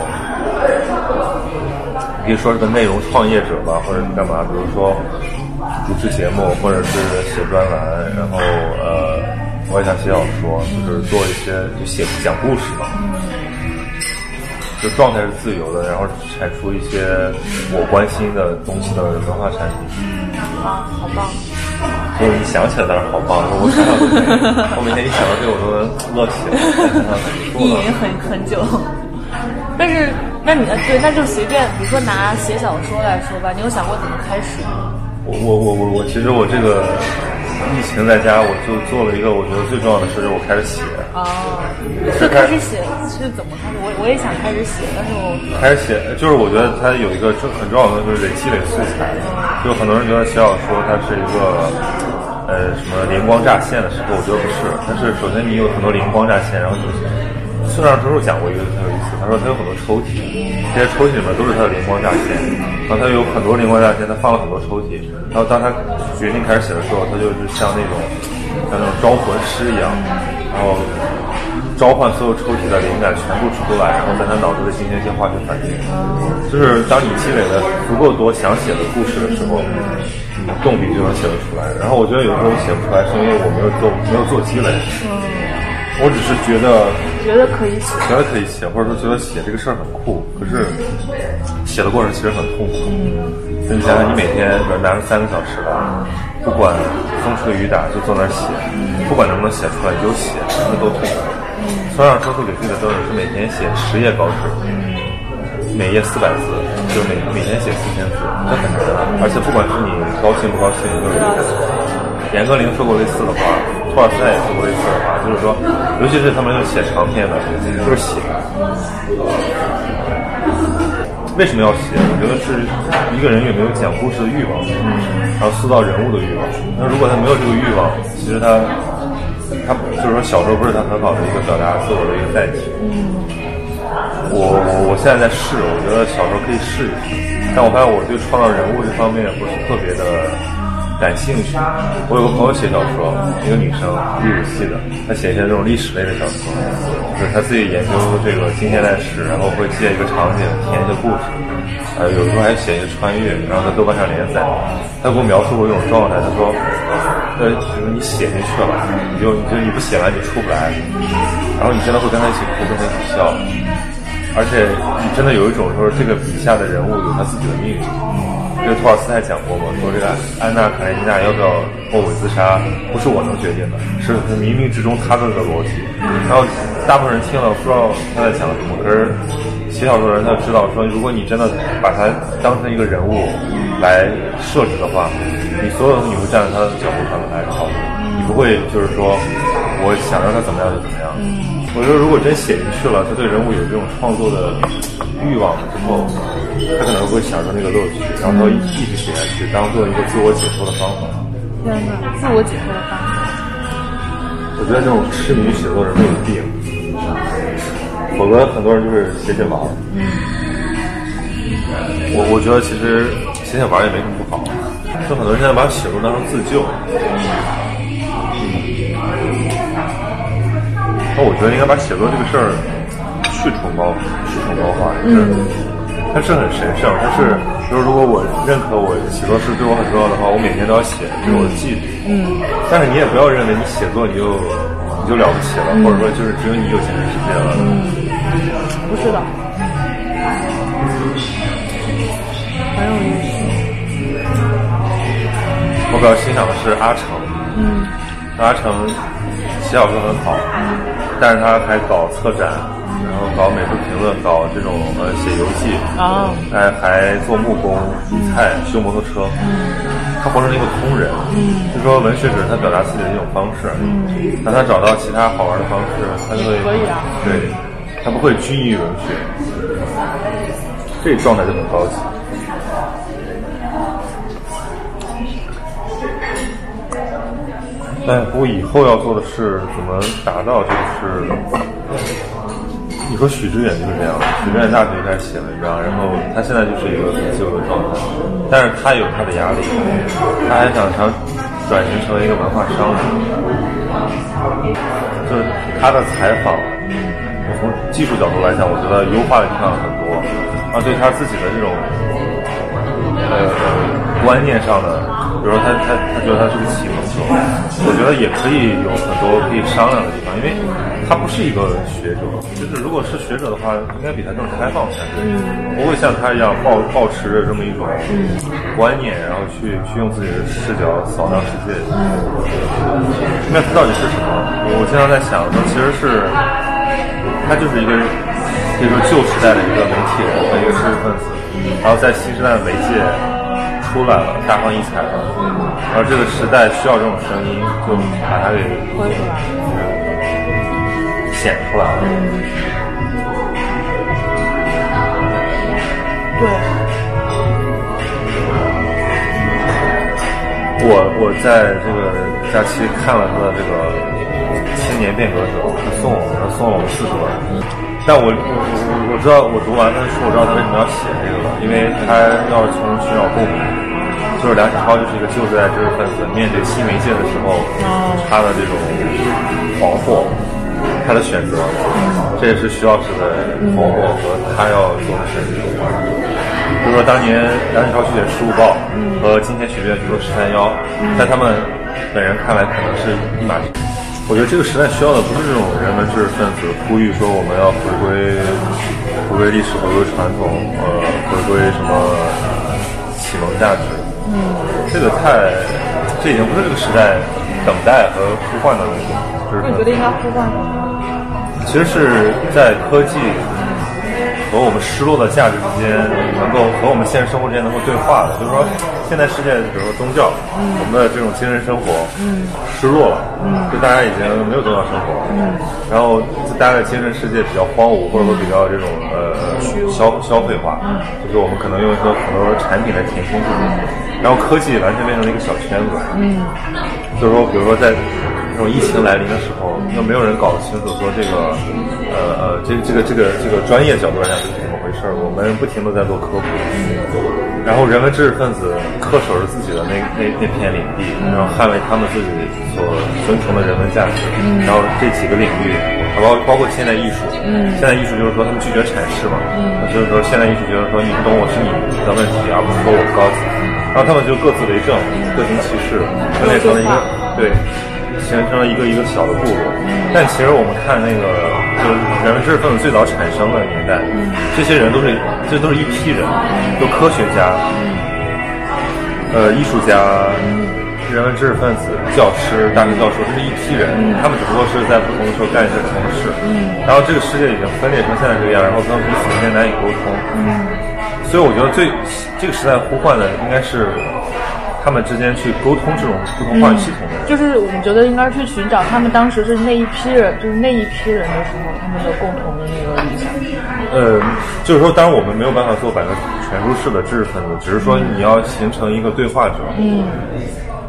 你可以说是个内容创业者吧，或者是干嘛，比如说主持节目，或者是写专栏，然后我也想写小说，就是做一些就讲故事嘛，就状态是自由的，然后产出一些我关心的东西的文化产品。 啊，好棒！ 就是你想起来当然好棒，我想到我每天一想到这个我都能乐起来， 意淫很久。但是，那你对，那就随便，比如说拿写小说来说吧，你有想过怎么开始吗？ 我其实我这个疫情在家，我就做了一个我觉得最重要的事，就是我开始写。 就开始写是怎么开始？我也想开始写，但是我开始写就是我觉得它有一个很重要的就是得积累素材。就很多人觉得写小说它是一个什么灵光乍现的时候，我觉得不是。但是首先你有很多灵光乍现，然后你村上春树讲过一个很有意思，他说他有很多抽屉，这些抽屉里面都是他的灵光乍现，然后他有很多灵光乍现，他放了很多抽屉，然后当他决定开始写的时候，他就是像那种招魂师一样，然后召唤所有抽屉的灵感全部出来，然后在他脑子里进行一些化学反应。就是当你积累了足够多想写的故事的时候，你的动力就能写得出来。然后我觉得有时候我写不出来，是因为我没有做积累。我只是觉得可以写，或者说觉得写这个事儿很酷，可是写的过程其实很痛苦。你想想，你每天拿个3个小时来，不管风吹雨打就坐那儿写，不管能不能写出来，你就写，那都痛苦。村上春树给自己的标准是每天写10页稿纸，每页400字，就每天写4000字，这很难的。而且不管是你高兴不高兴，就是严歌苓说过类似的话，托尔斯泰也说过类似的话，就是说，尤其是他们就写长篇的，就是写。为什么要写？我觉得是一个人有没有讲故事的欲望，然后塑造人物的欲望。那如果他没有这个欲望，其实他就是说小说不是他很好的一个表达自我的一个载体。我现在在试，我觉得小说可以试一试，但我发现我对创造人物这方面不是特别的感兴趣。我有个朋友写小说，一个女生，历史系的，她写一些这种历史类的小说，就是她自己研究这个近现代史，然后会借一个场景填一些故事，有时候还写一些穿越，然后在豆瓣上连载。她给我描述过一种状态，她说你写进去了，你不写完你出不来，然后你真的会跟他一起哭，跟他一起笑，而且你真的有一种说这个笔下的人物有他自己的命运。这个托尔斯泰讲过嘛，说这个安娜卡列尼娜要不要后悔自杀，不是我能决定的，是冥冥之中他的逻辑。然后大部分人听了不知道他在讲什么，可是写小说的人他就知道说，如果你真的把他当成一个人物来设置的话，你所有的你会站在他的角度上来考虑，你不会就是说我想让他怎么样就怎么样。我觉得如果真写进去了，他对人物有这种创作的欲望之后，他可能会享受那个乐趣，然后他会一直写下去，当做一个自我解脱的方法。 天哪，自我解脱的方法。 我觉得这种痴迷写作人没有病。 否则很多人就是写玩。我觉得其实写玩也没什么不好，就很多人现在把写作当成自救。那我觉得应该把写作这个事儿去崇高化，它是很神圣，它是就是如果我认可我写作是对我很重要的话，我每天都要写，这是我的纪律。但是你也不要认为你写作你就了不起了，或者说就是只有你有精神世界了。 不是的，很有意思。 我比较欣赏的是阿成，阿成写小说很好，但是他还搞策展，然后搞美术评论，搞这种写游记，还做木工、煮菜、修摩托车。他活成了一个空人，就说文学只是他表达自己的一种方式。当他找到其他好玩的方式，他就会对，他不会拘泥于文学，这状态就很高级。但不过以后要做的是怎么达到，就是你说许知远就是这样，许知远大学开始写文章，然后他现在就是一个很自由的状态，但是他有他的压力，他还想转型成为一个文化商人，就是他的采访，我从技术角度来讲，我觉得优化的地方很多，然后对他自己的这种观念上的，比如说他觉得他是个启蒙者，我觉得也可以有很多可以商量的地方，因为他不是一个学者，就是如果是学者的话，应该比他更开放才对，不会像他一样保持着这么一种观念，然后去用自己的视角扫荡世界。那他到底是什么？我经常在想，说其实是他就是一个可以说旧时代的一个媒体人和一个知识分子，然后在新时代的媒介出来了，大放异彩了，而这个时代需要这种声音，就把它给显出来了。 对。 我在这个假期看了他的这个青年变革者，他送了我40本。但我知道，我读完他的书，我知道他为什么要写这个了，因为他要从寻找共鸣。就是梁启超就是一个旧时代知识分子，面对新媒介的时候，他的这种惶惑，他的选择，这也是徐老师的惶惑和他要做的选择。比如说当年梁启超去写《时务报》和今天许愿去做13幺，在他们本人看来可能是一码事。我觉得这个时代需要的不是这种人文知识分子呼吁说我们要回归历史、回归传统，回归什么启蒙价值。这已经不是这个时代等待和呼唤的问题。 你觉得应该呼唤什么？ 其实是在科技和我们失落的价值之间，能够和我们现实生活之间能够对话的。就是说，现在世界，比如说宗教，我们的这种精神生活，失落了，就大家已经没有宗教生活，然后大家的精神世界比较荒芜，或者说比较这种消费化，就是我们可能用很多产品来填充自己，然后科技完全变成了一个小圈子，就是说，比如说在这种疫情来临的时候，又没有人搞清楚说这个专业角度来讲是怎么回事，我们不停地在做科普，然后人文知识分子恪守着自己的那片领地，然后捍卫他们自己所尊崇的人文价值，然后这几个领域，包括现代艺术，现代艺术就是说他们拒绝阐释嘛，就是说现代艺术觉得说你不懂我是你的问题，而不是说我高级，然后他们就各自为政，各行其事，分裂成了一个形成了一个小的部落。但其实我们看那个就是人文知识分子最早产生的年代，这些人都是一批人，都科学家，艺术家，人文知识分子、教师、大学教授，这是一批人，他们只不过是在不同的时候干一些不同的事。然后这个世界已经分裂成现在这个样，然后他们彼此之间难以沟通。所以我觉得这个时代呼唤的应该是他们之间去沟通这种不同话语系统的人， 就是我们觉得应该去寻找他们当时是那一批人，就是那一批人的时候，他们的共同的那个理想。 就是说，当然我们没有办法做百科全书式的知识分子，只是说你要形成一个对话者。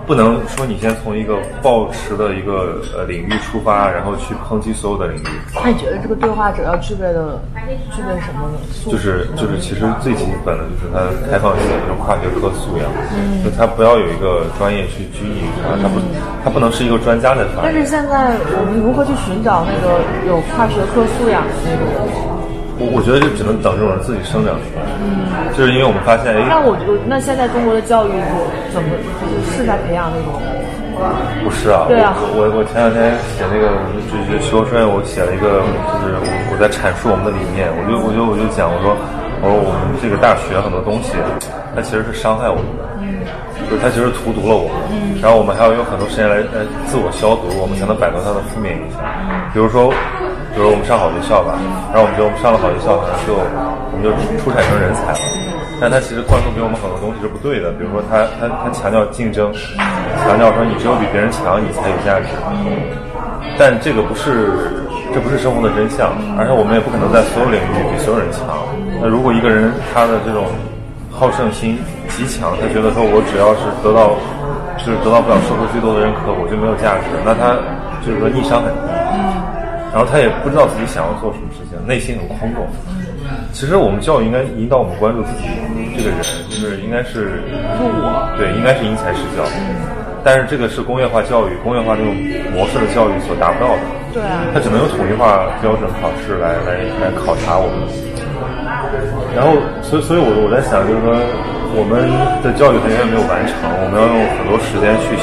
不能说你先从一个抱持的一个领域出发，然后去抨击所有的领域。 那你觉得这个对话者要具备什么素质？ 就是其实最基本的就是他开放性，就是跨学科素养。就他不要有一个专业去拘泥于他不能是一个专家在发言。 但是现在我们如何去寻找那个有跨学科素养的那种人？ 我觉得就只能等这种人自己生长出来。就是因为我们发现， 那现在中国的教育怎么是在培养那种人？ 不是啊， 对啊， 我前两天写那个就是学科专业，我写了一个，就是我在阐述我们的理念，我就讲，我说我们这个大学很多东西，它其实是伤害我们的，就是它其实荼毒了我们，然后我们还要用很多时间来自我消毒，我们才能摆脱它的负面影响。比如我们上好学校吧，然后我们觉得我们上了好学校，可能我们就出产生人才了。但他其实灌输给我们很多东西是不对的，比如说他强调竞争，强调说你只有比别人强，你才有价值。但这不是生活的真相，而且我们也不可能在所有领域比所有人强。那如果一个人他的这种好胜心极强，他觉得说我只要是得到不了社会最多的认可，我就没有价值，那他就是说逆商很低。然后他也不知道自己想要做什么事情，内心很空洞。其实我们教育应该引导我们关注自己这个人，就是应该是自我，对，应该是因材施教。但是这个是工业化教育、工业化这种模式的教育所达不到的。 对啊， 它只能用统一化标准考试来考察我们。然后，所以我在想，就是说我们的教育还远远没有完成，我们要用很多时间去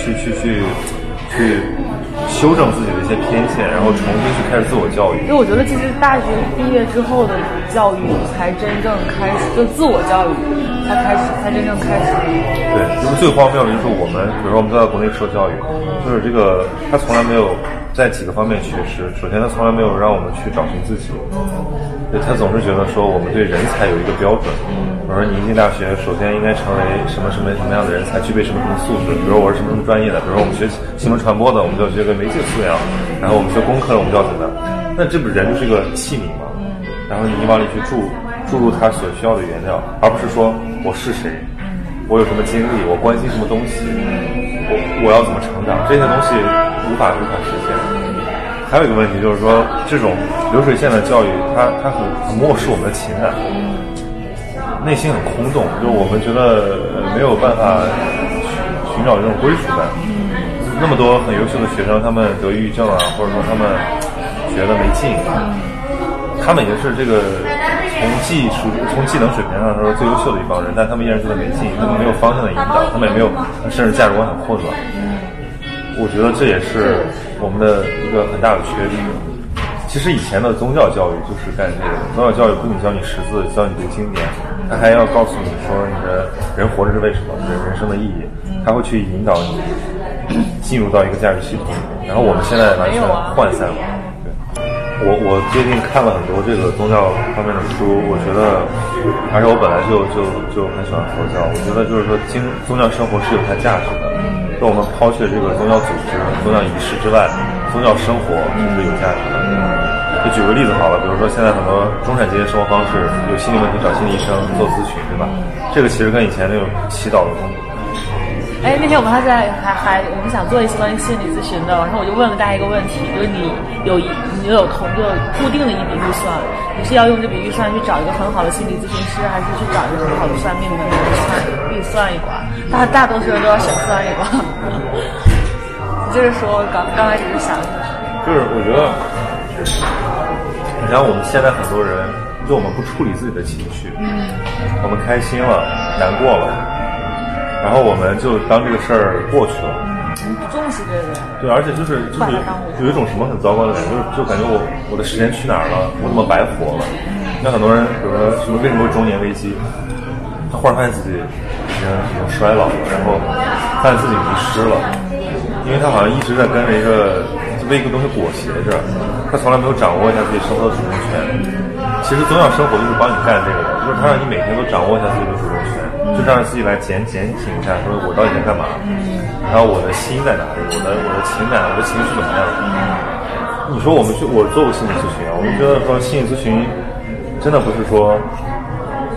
修正自己的一些偏见，然后重新去开始自我教育。 因为我觉得其实大学毕业之后的教育才真正开始，就自我教育才真正开始。 对，就是最荒谬的就是我们，比如说我们在国内受教育，就是这个他从来没有在几个方面缺失。首先，他从来没有让我们去找寻自己。对，他总是觉得说我们对人才有一个标准。比如说你一进大学，首先应该成为什么样的人才，具备什么素质。比如说我是什么专业的，比如说我们学新闻传播的，我们就要学个媒介素养；然后我们学工科的，我们就要怎么样？那这不人就是一个器皿吗？然后你往里去注入他所需要的原料，而不是说我是谁，我有什么经历，我关心什么东西，我要怎么成长，这些东西无法实现。还有一个问题就是说，这种流水线的教育，它很漠视我们的情感。内心很空洞，就是我们觉得没有办法寻找这种归属感。那么多很优秀的学生，他们得抑郁症啊，或者说他们觉得没劲，他们已经是这个从技能水平上说最优秀的一帮人，但他们依然觉得没劲，他们没有方向的引导，他们也没有，甚至价值观很混乱。我觉得这也是我们的一个很大的缺失。其实以前的宗教教育就是干这个，宗教教育不仅教你识字，教你读经典，他还要告诉你说你的人活着是为什么，人生的意义，他会去引导你进入到一个价值系统。然后我们现在完全涣散了。对，我最近看了很多这个宗教方面的书，我觉得，而且我本来就很喜欢佛教，我觉得就是说宗教生活是有它价值的。就我们抛却这个宗教组织、宗教仪式之外，宗教生活是有价值的。就举个例子好了，比如说现在很多中产阶级生活方式，有心理问题找心理医生做咨询，对吧？这个其实跟以前那种祈祷的那天我们我们想做一些关于心理咨询的，然后我就问了大家一个问题，就是你有固定的一笔预算，你是要用这笔预算去找一个很好的心理咨询师，还是去找一个很好的算命的人算一卦？大多数人都要选算一卦。就是说刚开始就想， 就是我觉得，你像我们现在很多人，就我们不处理自己的情绪，我们开心了，难过了。然后我们就当这个事儿过去了， 不重视这个。 对，而且就是有一种什么很糟糕的感觉，就感觉我的时间去哪儿了？我怎么白活了？那很多人，比如说为什么会中年危机？他忽然发现自己已经衰老了，然后发现自己迷失了，因为他好像一直在跟着被一个东西裹挟着，他从来没有掌握一下自己生活的主动权。其实宗教生活就是帮你干这个的，就是他让你每天都掌握一下自己的主动权。就让自己来检醒一下，说我到底在干嘛，然后我的心在哪里，我的情感，我的情绪怎么样？你说我做过心理咨询啊，我们觉得说心理咨询真的不是说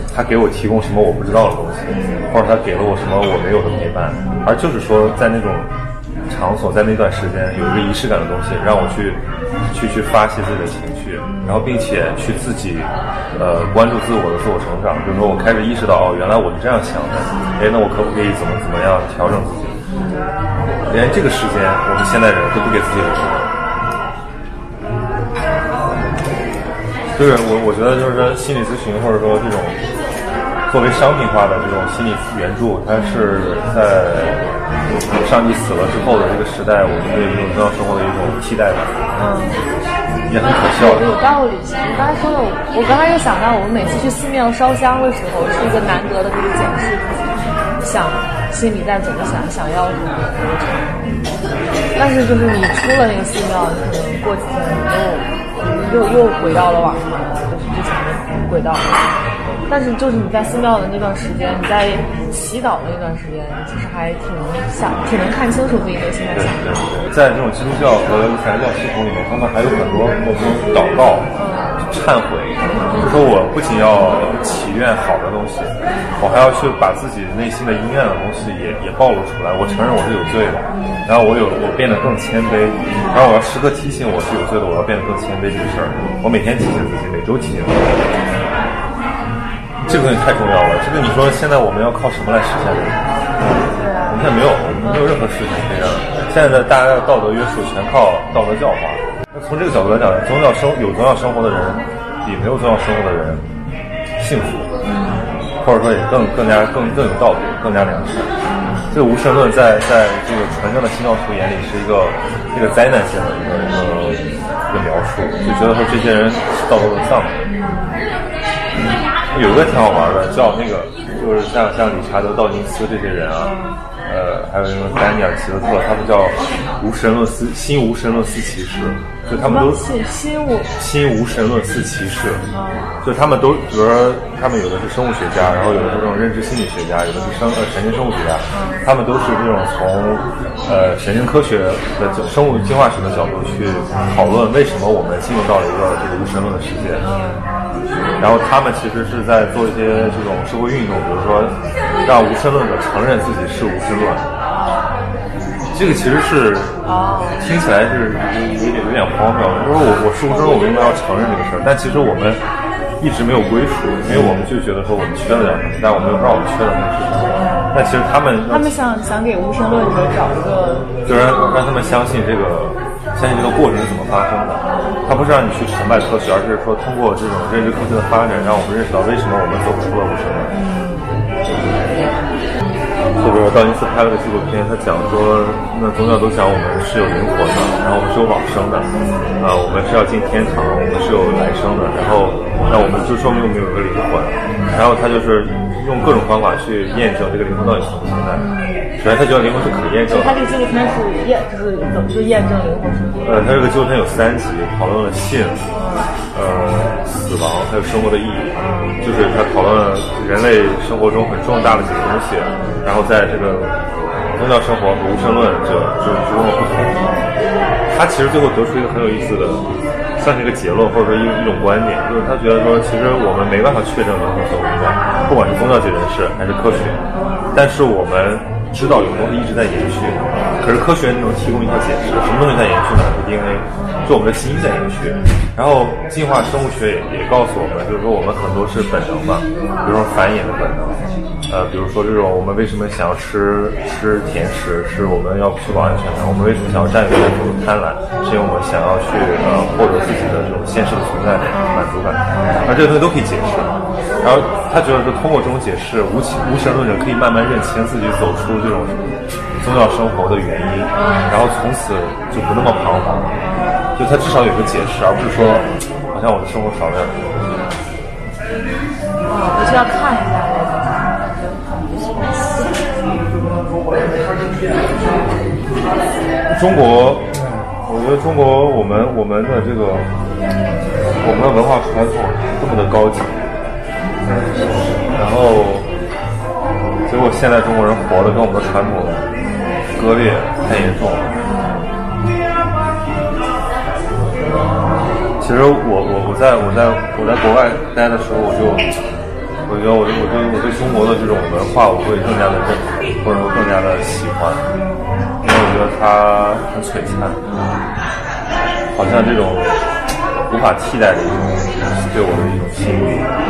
他给我提供什么我不知道的东西，或者他给了我什么我没有的陪伴，而就是说在那种场所，在那段时间有一个仪式感的东西，让我去发泄自己的情绪，然后并且去自己关注自我的自我成长。就是说我开始意识到，哦，原来我是这样想的，那我可不可以怎么样调整自己？连这个时间我们现代人都不给自己留了。就是我觉得就是说心理咨询或者说这种作为商品化的这种心理援助，它是在上帝死了之后的这个时代，我们对这种宗教生活的一种替代感，也很可笑。 有道理。你刚才说的，我刚才又想到，我们每次去寺庙烧香的时候，是一个难得的可以检视自己，想心里在怎么想要什么的过程。但是就是你出了那个寺庙，你可能过几天你又回到了网上，就是之前的轨道。但是就是你在寺庙的那段时间，你在洗澡的那段时间，其实还挺能看清楚自己内心在想什么。 在这种基督教和伊斯兰教系统里面，他们还有很多祷告、忏悔，就是说我不仅要祈愿好的东西，我还要去把自己内心的阴暗的东西也暴露出来。我承认我是有罪的，然后我变得更谦卑，然后我要时刻提醒我是有罪的，我要变得更谦卑这个事儿。我每天提醒自己，每周提醒自己。这个东西太重要了。这个你说现在我们要靠什么来实现这个？我们现在没有任何事情可以让现在的大家的道德约束全靠道德教化。那从这个角度来讲，有宗教生活的人比没有宗教生活的人幸福，或者说也更有道德，更加良善。这个无神论在这个纯正的新教徒眼里是一个灾难性的一个描述，就觉得说这些人道德沦丧的。有一个挺好玩的，叫那个就是像理查德·道金斯这些人啊，还有什么丹尼尔·齐德特，他们叫新无神论四骑士，就他们都新无神论四骑士，就他们都，比如说他们有的是生物学家，然后有的是这种认知心理学家，有的是神经生物学家，他们都是这种从神经科学的生物进化学的角度去讨论为什么我们进入到了一个这个无神论的世界。然后他们其实是在做一些这种社会运动，比如说让无神论者承认自己是无神论。这个其实是听起来是有点荒谬。就是我是无神论，我为什么要承认这个事儿？但其实我们一直没有归属，因为我们就觉得说我们缺了点什么，但我们又不知道我们缺了那个是什么。但其实他们想给无神论者找一个， 就是让他们相信这个过程是怎么发生的。它不是让你去崇拜科学，而是说通过这种认知科学的发展，让我们认识到为什么我们走出了无神论。就比如说道金斯拍了个纪录片，他讲说，那宗教都讲我们是有灵魂的，然后我们是有往生的，我们是要进天堂，我们是有来生的，然后那我们就说明我们有一个灵魂，然后他就是用各种方法去验证这个灵魂到底存不存在。首先他觉得灵魂是可验证的。 他这个纪录片就是怎么去验证灵魂存在？ 他这个纪录片有3集，讨论了性、死亡还有生活的意义，就是他讨论了人类生活中很重大的几个东西，然后在这个宗教生活和无神论者之中的不同。他其实最后得出一个很有意思的，算是一个结论或者说一种观点，就是他觉得说，其实我们没办法确证灵魂存在，不管是宗教界人士还是科学，但是我们知道有东西一直在延续，可是科学能提供一套解释，什么东西在延续呢？是 DNA， 是我们的基因在延续。然后进化生物学也告诉我们，就是说我们很多是本能嘛，比如说繁衍的本能，比如说这种我们为什么想要吃甜食，是我们要确保安全感；我们为什么想要占有这种贪婪，是因为我们想要去获得自己的这种现实的存在的满足感。而这个东西都可以解释。然后他觉得是通过这种解释，无神论者可以慢慢认清自己走出这种宗教生活的原因，然后从此就不那么彷徨，就他至少有个解释，而不是说好像我的生活少了点什么东西。 我就要看一下中国，我觉得中国我们的这个我们的文化传统这么的高级，然后结果现在中国人活的跟我们的传统割裂太严重了。其实我在国外待的时候，我就我觉得我对中国的这种文化我会更加的认可，或者说更加的喜欢，因为我觉得它很璀璨，好像这种无法替代的一种对我的一种吸引力。